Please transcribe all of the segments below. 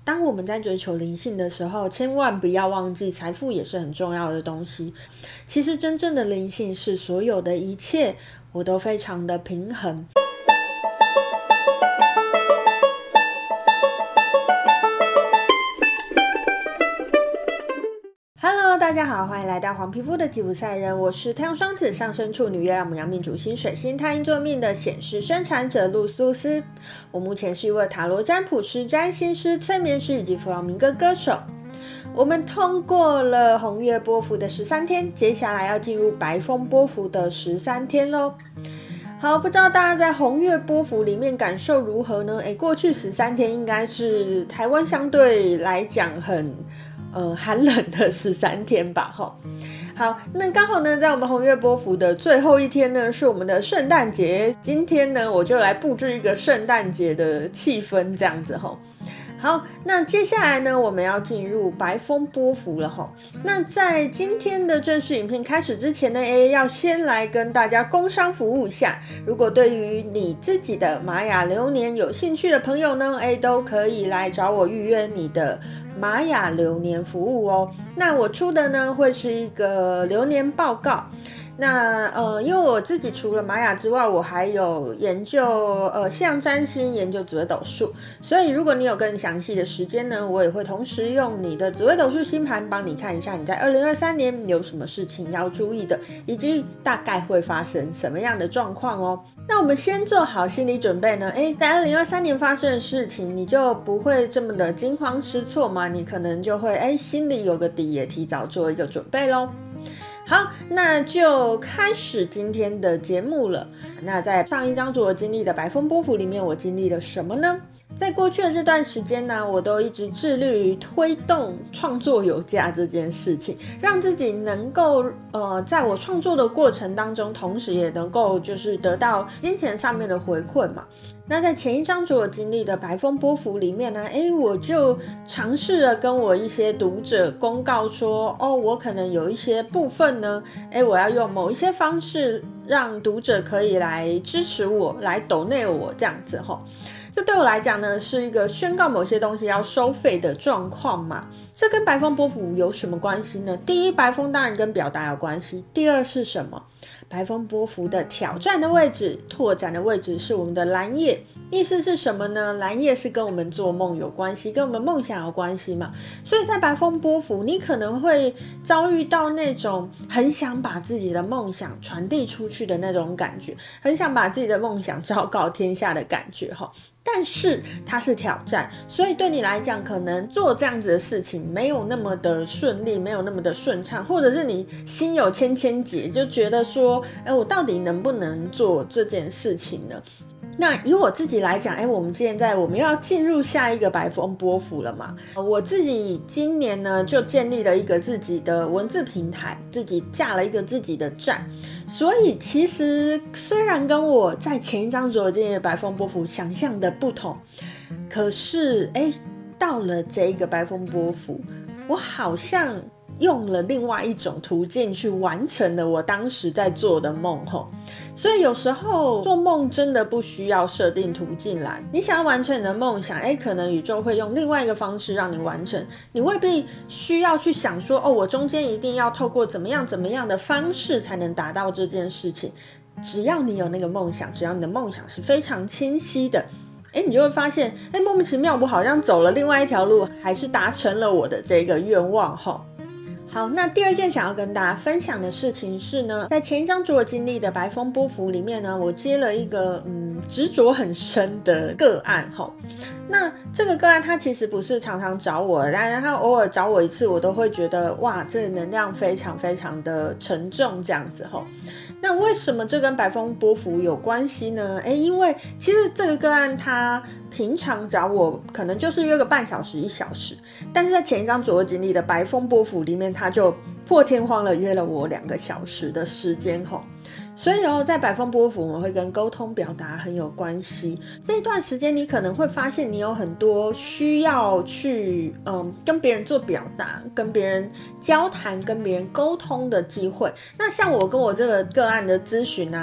当我们在追求灵性的时候，千万不要忘记财富也是很重要的东西。其实真正的灵性是所有的一切我都非常的平衡。Hello， 大家好，欢迎来到黄皮肤的吉普赛人，我是太阳双子上升处女月亮牡羊命主星水星太阴座命的显示生产者露苏斯。我目前是一位塔罗占卜师、占星师、催眠师以及弗朗明哥歌手。我们通过了红月波符的13天，接下来要进入白风波符的13天咯。好，不知道大家在红月波符里面感受如何呢？过去13天应该是台湾相对来讲很寒冷的13天吧。好，那刚好呢，在我们红月波符的最后一天呢，是我们的圣诞节。今天呢，我就来布置一个圣诞节的气氛，这样子。好，那接下来呢，我们要进入白风波符了。那在今天的正式影片开始之前呢，要先来跟大家工商服务一下。如果对于你自己的玛雅流年有兴趣的朋友呢，都可以来找我预约你的玛雅流年服务哦。那我出的呢，会是一个流年报告。那因为我自己除了玛雅之外，我还有研究西洋占星，研究紫微斗数，所以如果你有更详细的时间呢，我也会同时用你的紫微斗数星盘帮你看一下你在2023年有什么事情要注意的，以及大概会发生什么样的状况哦。那我们先做好心理准备呢，在2023年发生的事情，你就不会这么的惊慌失措嘛，你可能就会心里有个底，也提早做一个准备咯。好，那就开始今天的节目了。那在上一章所经历的白风波符里面，我经历了什么呢？在过去的这段时间呢，我都一直致力于推动创作有价这件事情，让自己能够在我创作的过程当中，同时也能够就是得到金钱上面的回馈嘛。那在前一章所经历的白风波符里面呢，我就尝试了跟我一些读者公告说，我可能有一些部分呢，我要用某一些方式让读者可以来支持我，来抖内我这样子。这对我来讲呢，是一个宣告某些东西要收费的状况嘛。这跟白风波符有什么关系呢？第一，白风当然跟表达有关系。第二是什么？白风波符的挑战的位置、拓展的位置是我们的蓝夜。意思是什么呢？蓝夜是跟我们做梦有关系，跟我们梦想有关系嘛。所以在白风波符，你可能会遭遇到那种很想把自己的梦想传递出去的那种感觉，很想把自己的梦想昭告天下的感觉。但是它是挑战，所以对你来讲可能做这样子的事情没有那么的顺利，没有那么的顺畅，或者是你心有千结，就觉得说我到底能不能做这件事情呢？那以我自己来讲，我们现在我们要进入下一个白风波符了嘛。我自己今年呢就建立了一个自己的文字平台，自己架了一个自己的站，所以其实虽然跟我在前一章所经历的白风波符想象的不同，可是到了这个白风波符，我好像用了另外一种途径去完成了我当时在做的梦。所以有时候做梦真的不需要设定途径栏，你想要完成你的梦想，可能宇宙会用另外一个方式让你完成，你未必需要去想说我中间一定要透过怎么样的方式才能达到这件事情。只要你有那个梦想，只要你的梦想是非常清晰的，你就会发现莫名其妙我好像走了另外一条路，还是达成了我的这个愿望。好，那第二件想要跟大家分享的事情是呢，在前一章我经历的白风波符里面呢，我接了一个执着很深的个案。那这个个案他其实不是常常找我，但是他偶尔找我一次，我都会觉得哇，这个能量非常非常的沉重这样子。那为什么这跟白风波符有关系呢？因为其实这个个案他平常找我可能就是约个半小时1小时，但是在前一章所经历的白风波符里面，他就破天荒了约了我2个小时的时间。所以在白风波符我们会跟沟通表达很有关系。这一段时间你可能会发现你有很多需要去跟别人做表达，跟别人交谈，跟别人沟通的机会。那像我跟我这个个案的咨询啊，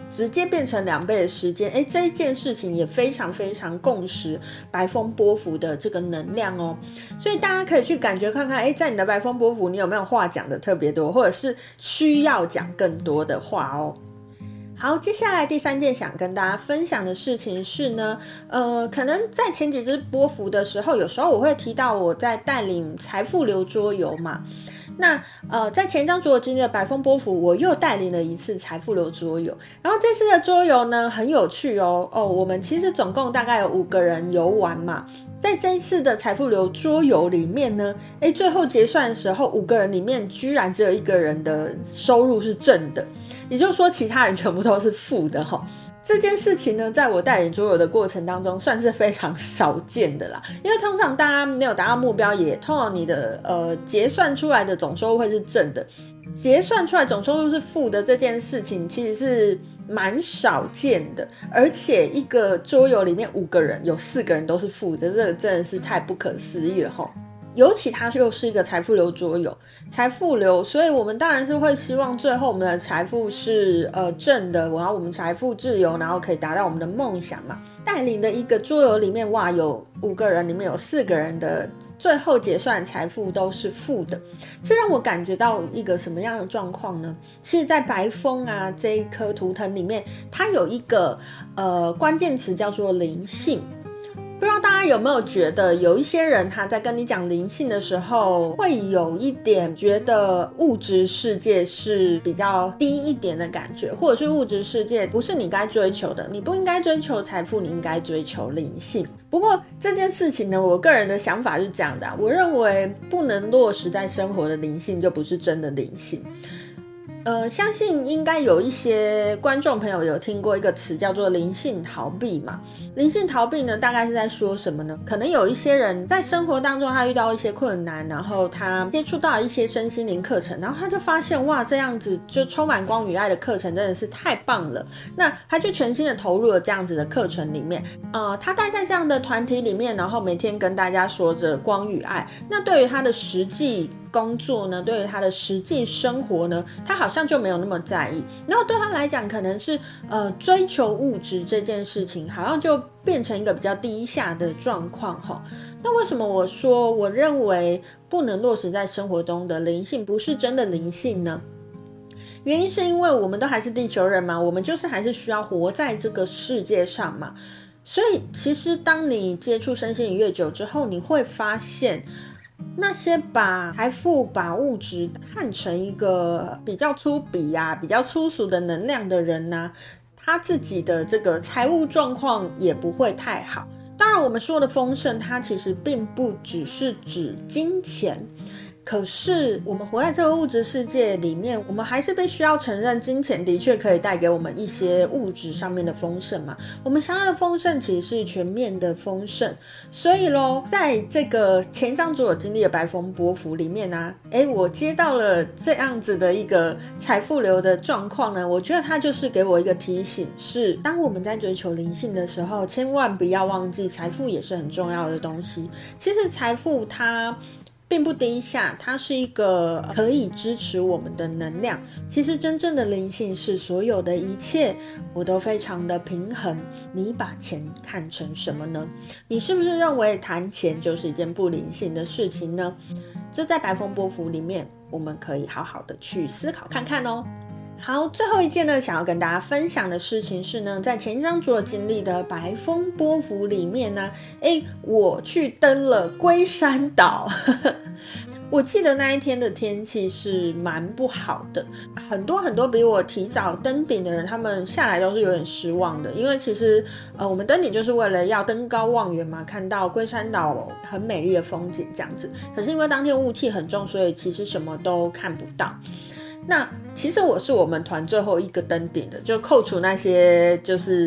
直接变成2倍的时间，这一件事情也非常非常共识白风波符的这个能量哦。所以大家可以去感觉看看，在你的白风波符你有没有话讲的特别多，或者是需要讲更多的话哦。好，接下来第3件想跟大家分享的事情是呢，可能在前几支波符的时候，有时候我会提到我在带领财富流桌游嘛。那在前一张桌游经历的白风波符，我又带领了一次财富流桌游。然后这次的桌游呢很有趣哦，我们其实总共大概有5个人游玩嘛。在这一次的财富流桌游里面呢，最后结算的时候，5个人里面居然只有1个人的收入是正的，也就是说其他人全部都是负的齁。这件事情呢，在我带领桌游的过程当中算是非常少见的啦，因为通常大家没有达到目标，也通常你的结算出来的总收入会是正的，结算出来总收入是负的这件事情其实是蛮少见的，而且一个桌游里面5个人有4个人都是负的，这个真的是太不可思议了齁。尤其它又是一个财富流桌游，财富流，所以我们当然是会希望最后我们的财富是正的，然后我们财富自由，然后可以达到我们的梦想嘛。带领的一个桌游里面，哇，有5个人里面有4个人的最后结算财富都是负的，这让我感觉到一个什么样的状况呢？其实在白风啊这一颗图腾里面，它有一个关键词叫做灵性。不知道大家有没有觉得有一些人他在跟你讲灵性的时候，会有一点觉得物质世界是比较低一点的感觉，或者是物质世界不是你该追求的，你不应该追求财富，你应该追求灵性。不过这件事情呢，我个人的想法是这样的，我认为不能落实在生活的灵性就不是真的灵性。相信应该有一些观众朋友有听过一个词叫做灵性逃避嘛。灵性逃避呢，大概是在说什么呢？可能有一些人在生活当中他遇到一些困难，然后他接触到一些身心灵课程，然后他就发现哇，这样子就充满光与爱的课程真的是太棒了，那他就全心的投入了这样子的课程里面。他待在这样的团体里面，然后每天跟大家说着光与爱，那对于他的实际工作呢，对于他的实际生活呢，他好像就没有那么在意，然后对他来讲可能是追求物质这件事情好像就变成一个比较低下的状况齁。那为什么我说我认为不能落实在生活中的灵性不是真的灵性呢？原因是因为我们都还是地球人嘛，我们就是还是需要活在这个世界上嘛，所以其实当你接触身心灵越久之后，你会发现那些把财富把物质看成一个比较粗鄙啊比较粗俗的能量的人啊，他自己的这个财务状况也不会太好。当然我们说的丰盛它其实并不只是指金钱，可是我们活在这个物质世界里面，我们还是必须要承认金钱的确可以带给我们一些物质上面的丰盛嘛。我们想要的丰盛其实是全面的丰盛，所以咯，在这个前张组有经历的白风波符里面啊，我接到了这样子的一个财富流的状况呢，我觉得它就是给我一个提醒，是当我们在追求灵性的时候，千万不要忘记财富也是很重要的东西。其实财富它并不低下，它是一个可以支持我们的能量。其实真正的灵性是所有的一切我都非常的平衡。你把钱看成什么呢？你是不是认为谈钱就是一件不灵性的事情呢？这在白风波符里面我们可以好好的去思考看看哦。好，最后一件呢，想要跟大家分享的事情是呢，在前一张所经历的白风波符里面呢，我去登了龟山岛。我记得那一天的天气是蛮不好的，很多比我提早登顶的人，他们下来都是有点失望的，因为其实我们登顶就是为了要登高望远嘛，看到龟山岛很美丽的风景这样子。可是因为当天雾气很重，所以其实什么都看不到。那其实我是我们团最后一个登顶的，就扣除那些就是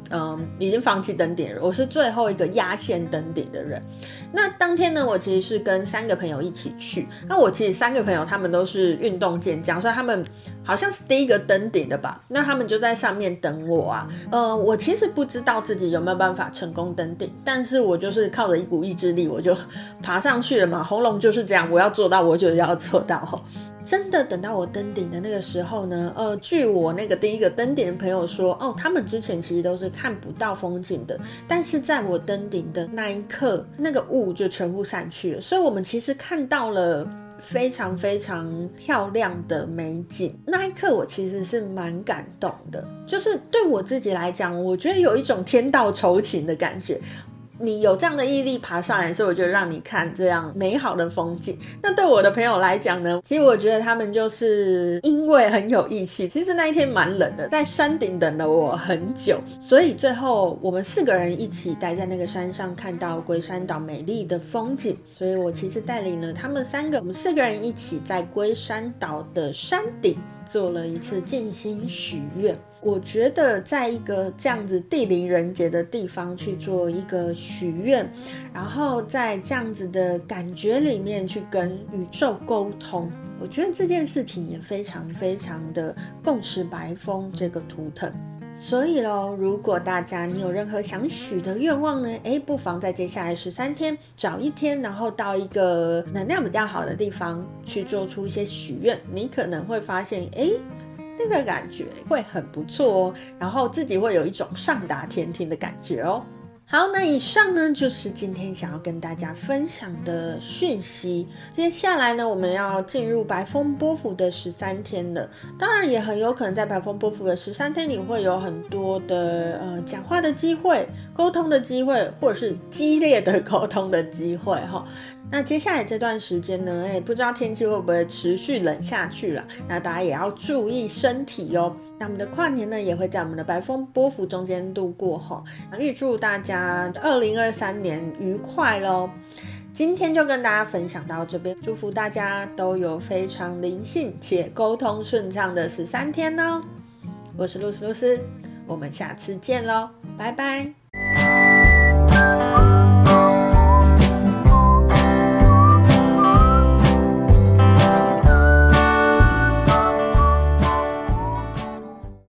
已经放弃登顶了，我是最后一个压线登顶的人。那当天呢，我其实是跟3个朋友一起去。那我其实3个朋友他们都是运动健将，所以他们好像是第一个登顶的吧。那他们就在上面等我啊。我其实不知道自己有没有办法成功登顶，但是我就是靠着一股意志力，我就爬上去了嘛。红龙就是这样，我要做到，我就要做到。真的等到我登顶的那个时候呢，据我那个第一个登顶的朋友说，他们之前其实都是看不到风景的，但是在我登顶的那一刻，那个雾就全部散去了，所以我们其实看到了非常非常漂亮的美景。那一刻我其实是蛮感动的，就是对我自己来讲，我觉得有一种天道酬勤的感觉。你有这样的毅力爬上来，所以我就让你看这样美好的风景。那对我的朋友来讲呢，其实我觉得他们就是因为很有义气。其实那一天蛮冷的，在山顶等了我很久，所以最后我们4个人一起待在那个山上，看到龟山岛美丽的风景。所以我其实带领了他们3个，我们4个人一起在龟山岛的山顶做了一次静心许愿。我觉得在一个这样子地灵人杰的地方去做一个许愿，然后在这样子的感觉里面去跟宇宙沟通，我觉得这件事情也非常非常的共识白风这个图腾。所以咯，如果大家你有任何想许的愿望呢，不妨在接下来13天找一天，然后到一个能量比较好的地方去做出一些许愿，你可能会发现那个感觉会很不错哦，然后自己会有一种上达天庭的感觉哦。好，那以上呢就是今天想要跟大家分享的讯息。接下来呢，我们要进入白风波符的13天了。当然也很有可能在白风波符的13天里会有很多的讲话的机会、沟通的机会，或者是激烈的沟通的机会哈。那接下来这段时间呢，不知道天气会不会持续冷下去啦，那大家也要注意身体哦。那我们的跨年呢，也会在我们的白风波符中间度过哈。预祝大家2023年愉快咯。今天就跟大家分享到这边，祝福大家都有非常灵性且沟通顺畅的13天哦。我是露丝，我们下次见咯，拜拜。